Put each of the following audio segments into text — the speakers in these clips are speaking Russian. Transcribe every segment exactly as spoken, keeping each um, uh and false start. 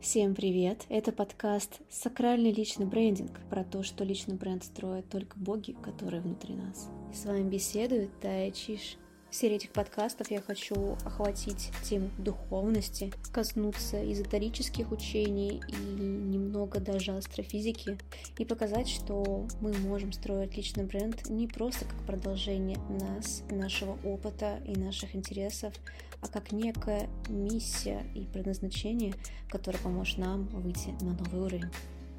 Всем привет! Это подкаст «Сакральный личный брендинг» про то, что личный бренд строят только боги, которые внутри нас. И с вами беседует Тая Чиш. В серии этих подкастов я хочу охватить тему духовности, коснуться эзотерических учений и немного даже астрофизики, и показать, что мы можем строить личный бренд не просто как продолжение нас, нашего опыта и наших интересов, а как некая миссия и предназначение, которое поможет нам выйти на новый уровень.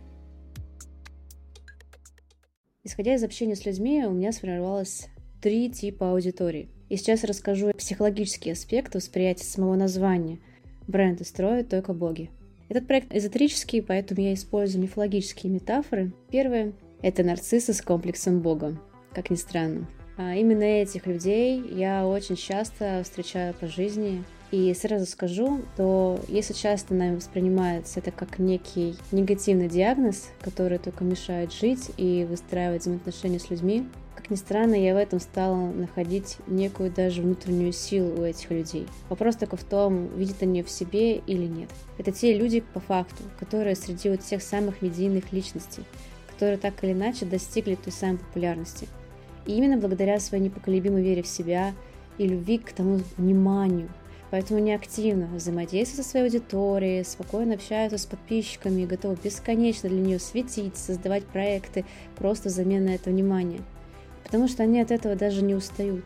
Исходя из общения с людьми, у меня сформировалось три типа аудитории. И сейчас расскажу психологические аспекты восприятия самого названия. Бренды строят только боги. Этот проект эзотерический, поэтому я использую мифологические метафоры. Первое – это нарциссы с комплексом бога, как ни странно. А именно этих людей я очень часто встречаю по жизни. И сразу скажу, то если часто нами воспринимается это как некий негативный диагноз, который только мешает жить и выстраивать взаимоотношения с людьми, как ни странно, я в этом стала находить некую даже внутреннюю силу у этих людей. Вопрос только в том, видят они в себе или нет. Это те люди, по факту, которые среди вот тех самых медийных личностей, которые так или иначе достигли той самой популярности. И именно благодаря своей непоколебимой вере в себя и любви к тому вниманию. Поэтому они активно взаимодействуют со своей аудиторией, спокойно общаются с подписчиками, готовы бесконечно для нее светить, создавать проекты просто взамен на это внимание. Потому что они от этого даже не устают.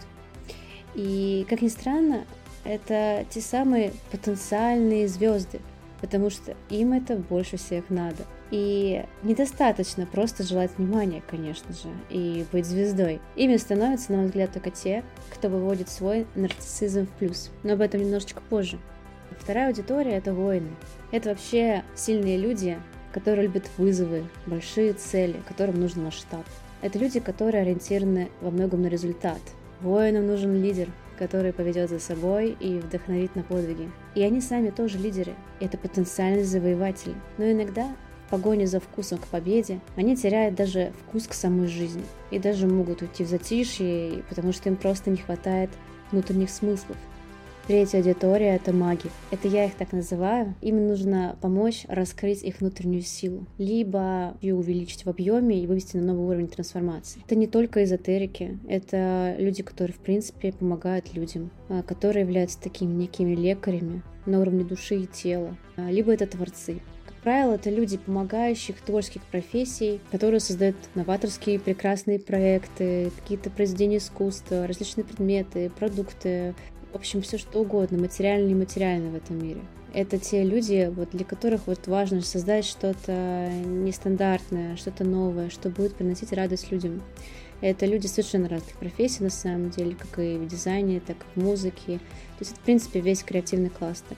И, как ни странно, это те самые потенциальные звезды, потому что им это больше всех надо. И недостаточно просто желать внимания, конечно же, и быть звездой. Ими становятся, на мой взгляд, только те, кто выводит свой нарциссизм в плюс. Но об этом немножечко позже. Вторая аудитория – это воины. Это вообще сильные люди, которые любят вызовы, большие цели, которым нужен масштаб. Это люди, которые ориентированы во многом на результат. Воинам нужен лидер, который поведет за собой и вдохновит на подвиги. И они сами тоже лидеры. Это потенциальные завоеватели. Но иногда в погоне за вкусом к победе они теряют даже вкус к самой жизни. И даже могут уйти в затишье, потому что им просто не хватает внутренних смыслов. Третья аудитория – это маги. Это я их так называю. Им нужно помочь раскрыть их внутреннюю силу, либо ее увеличить в объеме и вывести на новый уровень трансформации. Это не только эзотерики, это люди, которые, в принципе, помогают людям, которые являются такими некими лекарями на уровне души и тела, либо это творцы. Как правило, это люди, помогающих творческих профессий, которые создают новаторские прекрасные проекты, какие-то произведения искусства, различные предметы, продукты. В общем, все что угодно, материально и нематериально в этом мире. Это те люди, вот, для которых вот важно создать что-то нестандартное, что-то новое, что будет приносить радость людям. Это люди совершенно разных профессий, на самом деле, как и в дизайне, так и в музыке. То есть это, в принципе, весь креативный кластер.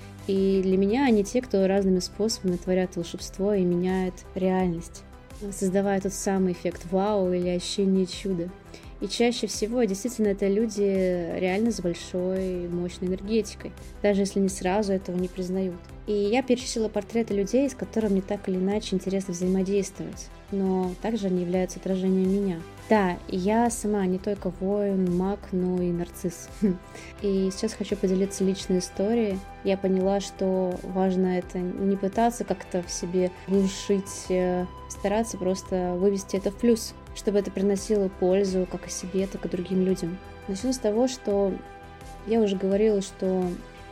И для меня они те, кто разными способами творят волшебство и меняют реальность, создавая тот самый эффект вау или ощущение чуда. И чаще всего действительно это люди реально с большой, мощной энергетикой, даже если не сразу этого не признают. И я перечислила портреты людей, с которыми мне так или иначе интересно взаимодействовать, но также они являются отражением меня. Да, я сама не только воин, маг, но и нарцисс. И сейчас хочу поделиться личной историей. Я поняла, что важно это не пытаться как-то в себе глушить, стараться просто вывести это в плюс, чтобы это приносило пользу как и себе, так и другим людям. Начну с того, что я уже говорила, что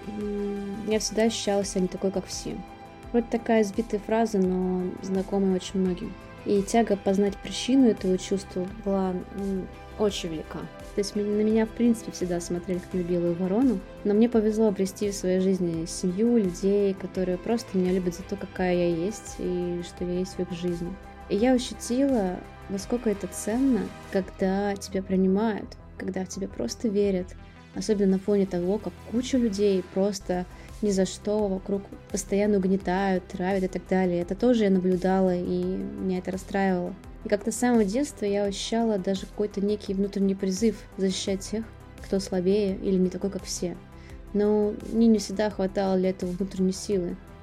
я всегда ощущала себя не такой, как все. Вроде такая избитая фраза, но знакомая очень многим. И тяга познать причину этого чувства была м, очень велика. То есть на меня, в принципе, всегда смотрели как на белую ворону, но мне повезло обрести в своей жизни семью, людей, которые просто меня любят за то, какая я есть и что я есть в их жизни. И я ощутила, насколько это ценно, когда тебя принимают, когда в тебя просто верят, особенно на фоне того, как куча людей просто ни за что вокруг постоянно угнетают, травят и так далее. Это тоже я наблюдала, и меня это расстраивало. И как-то с самого детства я ощущала даже какой-то некий внутренний призыв защищать тех, кто слабее или не такой, как все. Но мне не всегда хватало для этого внутренней силы.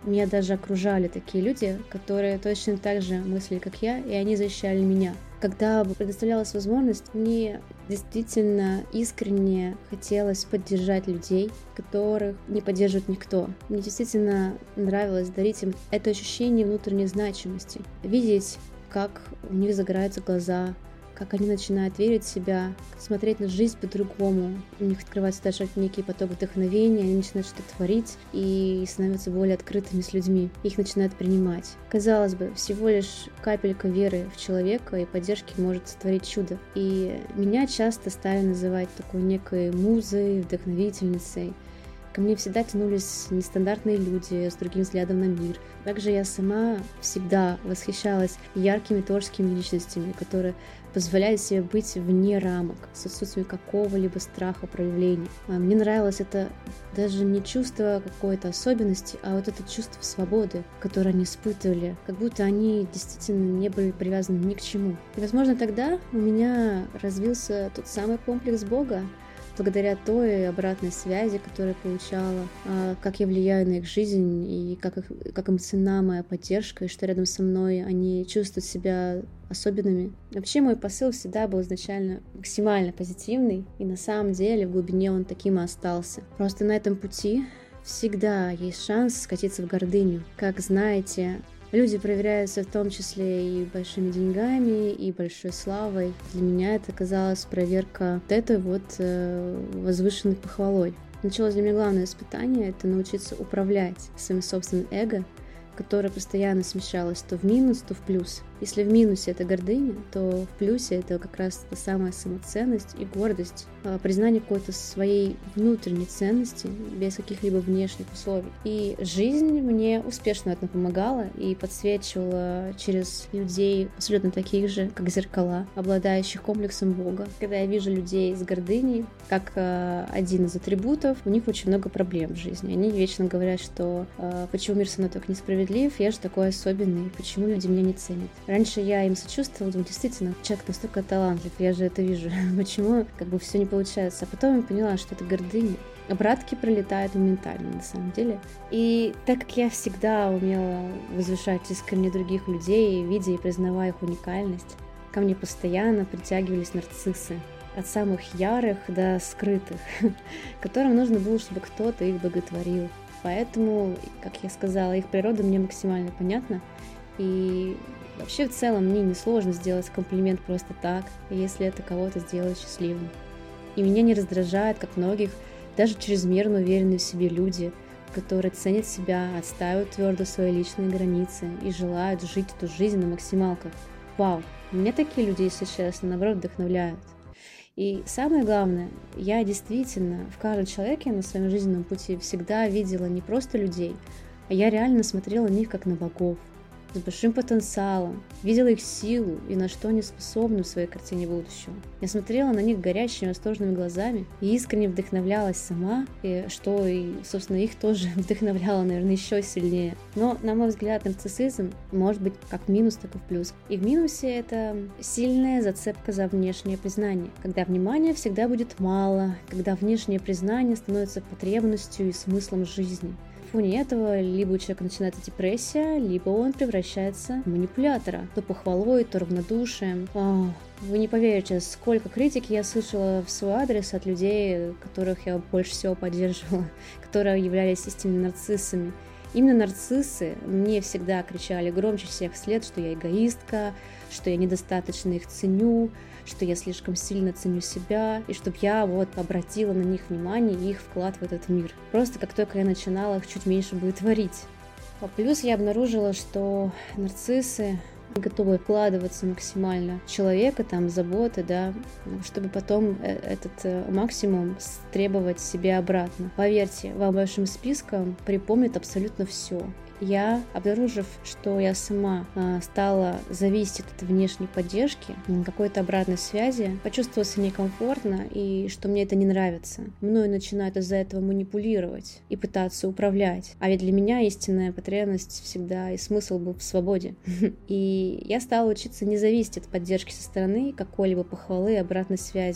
Меня даже окружали такие люди, которые точно так же мыслили, как я, и они защищали меня. Когда предоставлялась возможность, мне действительно искренне хотелось поддержать людей, которых не поддерживает никто. Мне действительно нравилось дарить им это ощущение внутренней значимости, видеть, как у них загораются глаза, как они начинают верить в себя, смотреть на жизнь по-другому. У них открывается даже некий поток вдохновения, они начинают что-то творить и становятся более открытыми с людьми. Их начинают принимать. Казалось бы, всего лишь капелька веры в человека и поддержки может сотворить чудо. И меня часто стали называть такой некой музой, вдохновительницей. Ко мне всегда тянулись нестандартные люди с другим взглядом на мир. Также я сама всегда восхищалась яркими творческими личностями, которые позволяют себе быть вне рамок, с отсутствием какого-либо страха проявления. Мне нравилось это даже не чувство какой-то особенности, а вот это чувство свободы, которое они испытывали, как будто они действительно не были привязаны ни к чему. И, возможно, тогда у меня развился тот самый комплекс Бога, благодаря той обратной связи, которую я получала, как я влияю на их жизнь, и как, их, как им ценна моя поддержка, и что рядом со мной они чувствуют себя особенными. Вообще мой посыл всегда был изначально максимально позитивный, и на самом деле в глубине он таким и остался. Просто на этом пути всегда есть шанс скатиться в гордыню. Как знаете, люди проверяются в том числе и большими деньгами, и большой славой. Для меня это оказалась проверка вот этой вот э, возвышенной похвалой. Началось для меня главное испытание — это научиться управлять своим собственным эго, которое постоянно смещалось то в минус, то в плюс. Если в минусе это гордыня, то в плюсе это как раз та самая самоценность и гордость, признание какой-то своей внутренней ценности без каких-либо внешних условий. И жизнь мне успешно в этом помогала и подсвечивала через людей абсолютно таких же, как зеркала, обладающих комплексом Бога. Когда я вижу людей с гордыней, как один из атрибутов, у них очень много проблем в жизни. Они вечно говорят, что почему мир со мной так несправедлив, я же такой особенный, почему люди меня не ценят. Раньше я им сочувствовала, думаю, действительно, человек настолько талантлив, я же это вижу, почему как бы все не получается. А потом я поняла, что это гордыня. Обратки пролетают моментально, на самом деле. И так как я всегда умела возвышать искренне других людей, видя и признавая их уникальность, ко мне постоянно притягивались нарциссы. От самых ярых до скрытых, которым нужно было, чтобы кто-то их боготворил. Поэтому, как я сказала, их природа мне максимально понятна. И вообще в целом мне несложно сделать комплимент просто так, если это кого-то сделает счастливым. И меня не раздражает, как многих, даже чрезмерно уверенные в себе люди, которые ценят себя, отстаивают твердо свои личные границы и желают жить эту жизнь на максималках. Вау, меня такие люди, если честно, наоборот, вдохновляют. И самое главное, я действительно в каждом человеке на своем жизненном пути всегда видела не просто людей, а я реально смотрела на них как на богов, с большим потенциалом, видела их силу и на что они способны в своей картине будущего. Я смотрела на них горящими, восторженными глазами и искренне вдохновлялась сама, и что, и, собственно, их тоже вдохновляло, наверное, еще сильнее. Но, на мой взгляд, нарциссизм может быть как минус, так и в плюс. И в минусе это сильная зацепка за внешнее признание, когда внимания всегда будет мало, когда внешнее признание становится потребностью и смыслом жизни. На фоне этого либо у человека начинается депрессия, либо он превращается в манипулятора. То похвалой, то равнодушием. О, вы не поверите, сколько критики я слышала в свой адрес от людей, которых я больше всего поддерживала, которые являлись истинными нарциссами. Именно нарциссы мне всегда кричали громче всех вслед, что я эгоистка, что я недостаточно их ценю, что я слишком сильно ценю себя, и чтобы я вот обратила на них внимание и их вклад в этот мир. Просто как только я начинала их чуть меньше будет творить. А плюс я обнаружила, что нарциссы готовы вкладываться максимально в человека, там, заботы, да, чтобы потом этот максимум требовать себе обратно. Поверьте, вам большим списком припомнит абсолютно все. Я, обнаружив, что я сама а, стала зависеть от внешней поддержки, какой-то обратной связи, почувствовала себя некомфортно и что мне это не нравится. Мною начинают из-за этого манипулировать и пытаться управлять. А ведь для меня истинная потребность всегда и смысл был в свободе. И я стала учиться не зависеть от поддержки со стороны, какой-либо похвалы и обратной связи.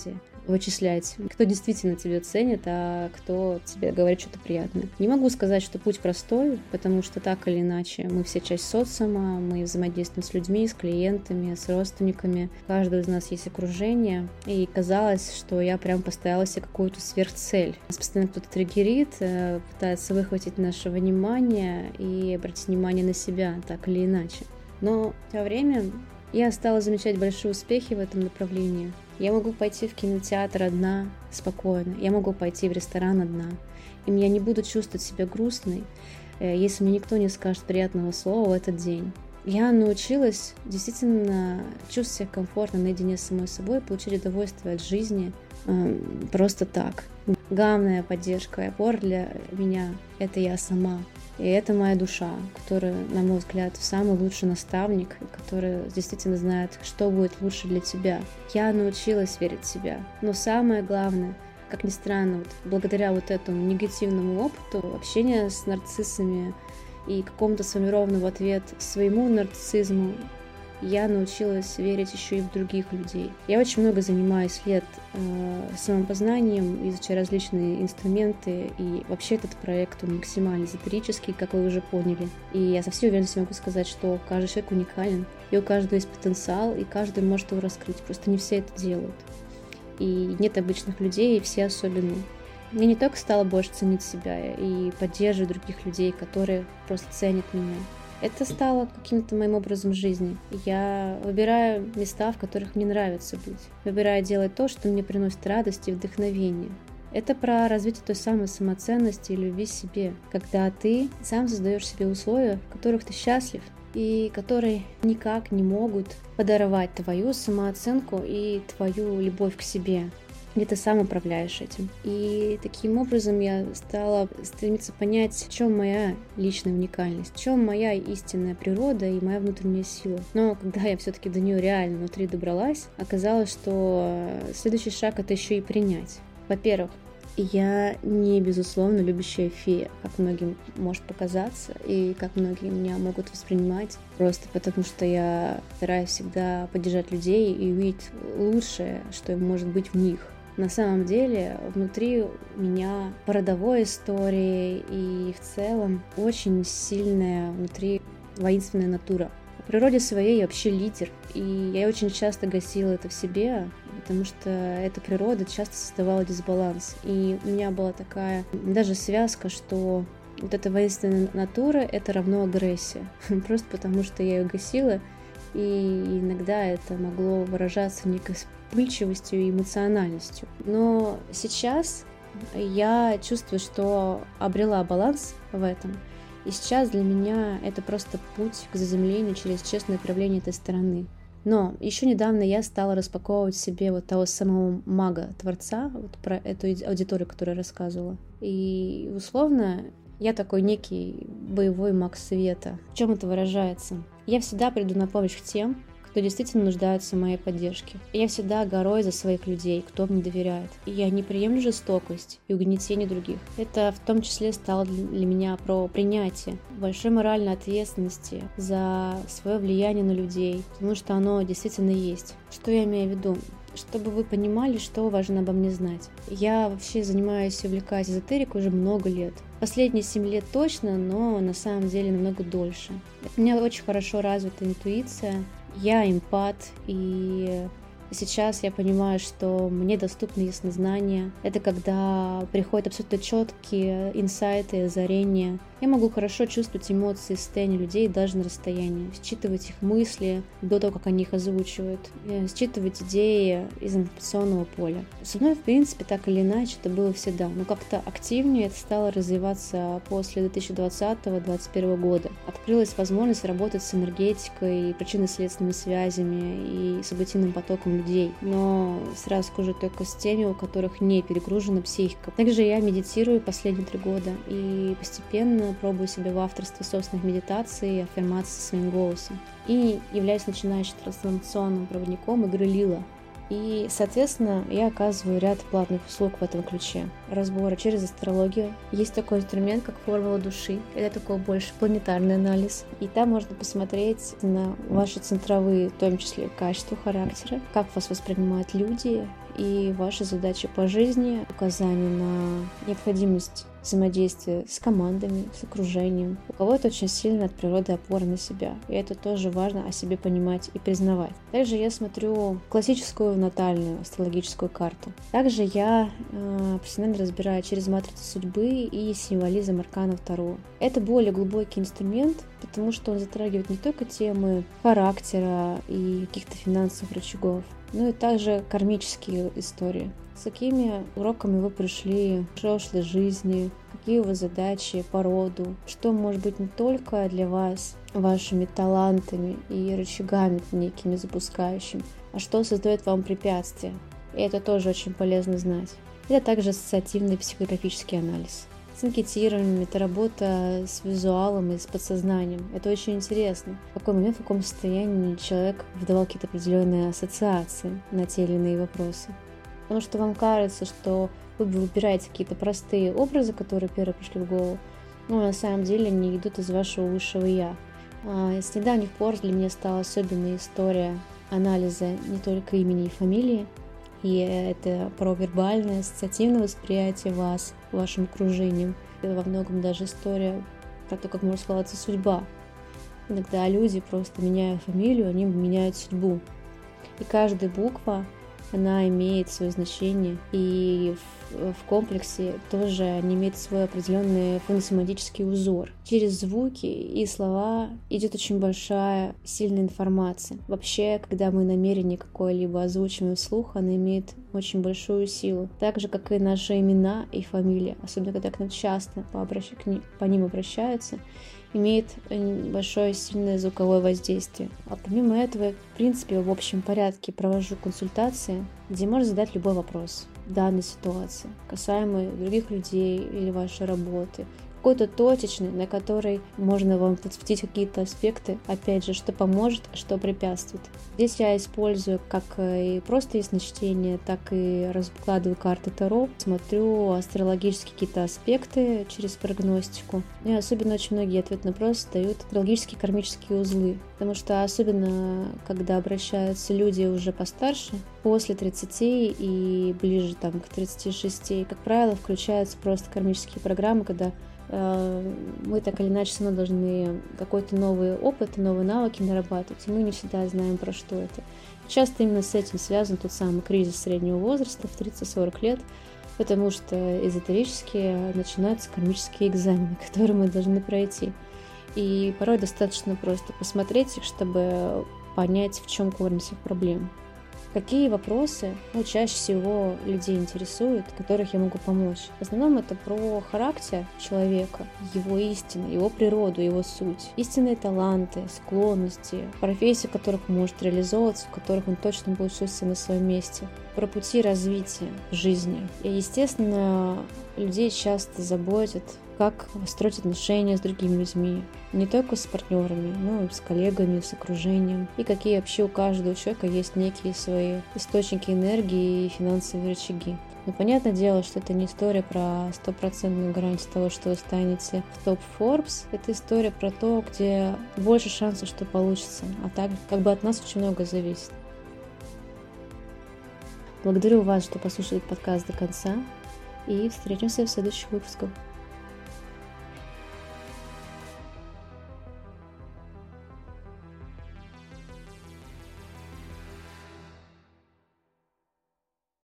вычислять, кто действительно тебя ценит, а кто тебе говорит что-то приятное. Не могу сказать, что путь простой, потому что так или иначе мы все часть социума, мы взаимодействуем с людьми, с клиентами, с родственниками. У каждого из нас есть окружение, и казалось, что я прям поставила себе какую-то сверхцель. Нас постоянно кто-то триггерит, пытается выхватить наше внимание и обратить внимание на себя, так или иначе. Но в то время я стала замечать большие успехи в этом направлении. Я могу пойти в кинотеатр одна, спокойно. Я могу пойти в ресторан одна. И я не буду чувствовать себя грустной, если мне никто не скажет приятного слова в этот день. Я научилась действительно чувствовать себя комфортно наедине с самой собой, получить удовольствие от жизни э, просто так. Главная поддержка и опора для меня — это я сама. И это моя душа, которая, на мой взгляд, самый лучший наставник, который действительно знает, что будет лучше для тебя. Я научилась верить в себя. Но самое главное, как ни странно, вот благодаря вот этому негативному опыту общения с нарциссами и какому-то сформированному в ответ своему нарциссизму, я научилась верить еще и в других людей. Я очень много занимаюсь лет э, самопознанием, изучаю различные инструменты, и вообще этот проект он максимально эзотерический, как вы уже поняли. И я со всей уверенностью могу сказать, что каждый человек уникален, и у каждого есть потенциал, и каждый может его раскрыть, просто не все это делают. И нет обычных людей, и все особенные. Я не только стала больше ценить себя и поддерживать других людей, которые просто ценят меня. Это стало каким-то моим образом жизни. Я выбираю места, в которых мне нравится быть. Выбираю делать то, что мне приносит радость и вдохновение. Это про развитие той самой самоценности и любви к себе, когда ты сам создаешь себе условия, в которых ты счастлив, и которые никак не могут подорвать твою самооценку и твою любовь к себе, где ты сам управляешь этим. И таким образом я стала стремиться понять, в чем моя личная уникальность, в чем моя истинная природа и моя внутренняя сила. Но когда я все-таки до нее реально внутри добралась, оказалось, что следующий шаг — это еще и принять. Во-первых, я не, безусловно, любящая фея, как многим может показаться, и как многие меня могут воспринимать, просто потому что я стараюсь всегда поддержать людей и увидеть лучшее, что может быть в них. На самом деле, внутри меня по родовой истории и в целом очень сильная внутри воинственная натура. По природе своей я вообще лидер, и я очень часто гасила это в себе, потому что эта природа часто создавала дисбаланс. И у меня была такая даже связка, что вот эта воинственная натура — это равно агрессия. Просто потому что я ее гасила, и иногда это могло выражаться некой вспыльчивостью и эмоциональностью. Но сейчас я чувствую, что обрела баланс в этом. И сейчас для меня это просто путь к заземлению через честное проявление этой стороны. Но еще недавно я стала распаковывать в себе вот того самого мага-творца, вот про эту аудиторию, которую я рассказывала. И условно я такой некий боевой маг света. В чем это выражается? Я всегда приду на помощь к тем, кто действительно нуждается в моей поддержке. Я всегда горой за своих людей, кто мне доверяет. И я не приемлю жестокость и угнетение других. Это в том числе стало для меня про принятие большой моральной ответственности за свое влияние на людей, потому что оно действительно есть. Что я имею в виду? Чтобы вы понимали, что важно обо мне знать. Я вообще занимаюсь и увлекаюсь эзотерикой уже много лет. Последние семь лет точно, но на самом деле намного дольше. У меня очень хорошо развита интуиция, я эмпат, и сейчас я понимаю, что мне доступны яснознания. Это когда приходят абсолютно четкие инсайты, озарения. Я могу хорошо чувствовать эмоции, состояние людей даже на расстоянии, считывать их мысли до того, как они их озвучивают, считывать идеи из информационного поля. Со мной, в принципе, так или иначе это было всегда, но как-то активнее это стало развиваться после две тысячи двадцатого — две тысячи двадцать первого года. Открылась возможность работать с энергетикой, причинно-следственными связями и событийным потоком людей, но сразу скажу, только с теми, у которых не перегружена психика. Также я медитирую последние три года и постепенно пробую себя в авторстве собственных медитаций и аффирмаций своим голосом. И являюсь начинающим трансформационным проводником игры Лила. И, соответственно, я оказываю ряд платных услуг в этом ключе. Разборы через астрологию. Есть такой инструмент, как формула души. Это такой больше планетарный анализ. И там можно посмотреть на ваши центровые, в том числе, качества характера, как вас воспринимают люди и ваши задачи по жизни, указания на необходимость взаимодействия с командами, с окружением. У кого-то очень сильно от природы опора на себя, и это тоже важно о себе понимать и признавать. Также я смотрю классическую натальную астрологическую карту. Также я э, профессионально разбираю через матрицу судьбы и символизм арканов Таро. Это более глубокий инструмент, потому что он затрагивает не только темы характера и каких-то финансовых рычагов, но и также кармические истории. С какими уроками вы пришли в прошлой жизни, какие у вас задачи по роду, что может быть не только для вас вашими талантами и рычагами некими запускающими, а что создает вам препятствия. И это тоже очень полезно знать. Это также ассоциативный психографический анализ. С анкетированием, это работа с визуалом и с подсознанием. Это очень интересно. В какой момент, в каком состоянии человек выдавал какие-то определенные ассоциации на те или иные вопросы. Потому что вам кажется, что вы выбираете какие-то простые образы, которые первые пришли в голову, но на самом деле они идут из вашего высшего «я». С недавних пор для меня стала особенная история анализа не только имени и фамилии, и это про вербальное, ассоциативное восприятие вас, вашим окружением. Это во многом даже история про то, как может складываться судьба. Иногда люди, просто меняя фамилию, они меняют судьбу. И каждая буква, она имеет свое значение, и в, в комплексе тоже они имеют свой определенный фоносемантический узор. Через звуки и слова идет очень большая, сильная информация. Вообще, когда мы намерение какое-либо озвучиваем вслух, она имеет очень большую силу. Так же, как и наши имена и фамилии, особенно когда к нам часто по, обращ... к ним, по ним обращаются, имеет большое сильное звуковое воздействие. А помимо этого, в принципе, в общем порядке провожу консультации, где можно задать любой вопрос в данной ситуации, касаемый других людей или вашей работы, какой-то точечный, на который можно вам подсветить какие-то аспекты, опять же, что поможет, что препятствует. Здесь я использую как и просто ясночтение, так и раскладываю карты Таро, смотрю астрологические какие-то аспекты через прогностику. И особенно очень многие ответы на вопрос дают астрологические кармические узлы, потому что особенно, когда обращаются люди уже постарше, после тридцати и ближе там, к тридцати шести, как правило, включаются просто кармические программы, когда мы так или иначе все равно должны какой-то новый опыт, новые навыки нарабатывать, и мы не всегда знаем, про что это. Часто именно с этим связан тот самый кризис среднего возраста в тридцать-сорок лет, потому что эзотерически начинаются кармические экзамены, которые мы должны пройти. И порой достаточно просто посмотреть их, чтобы понять, в чем корень всех проблем. Какие вопросы ну, чаще всего людей интересуют, в которых я могу помочь? В основном это про характер человека, его истину, его природу, его суть. Истинные таланты, склонности, профессии, в которых он может реализовываться, в которых он точно будет чувствовать себя на своем месте. Про пути развития в жизни. И, естественно, людей часто заботит, как строить отношения с другими людьми, не только с партнерами, но и с коллегами, с окружением, и какие вообще у каждого человека есть некие свои источники энергии и финансовые рычаги. Но понятное дело, что это не история про стопроцентную гарантию того, что вы станете в топ Forbes. Это история про то, где больше шансов, что получится, а так как бы от нас очень много зависит. Благодарю вас, что послушали подкаст до конца, и встретимся в следующих выпусках.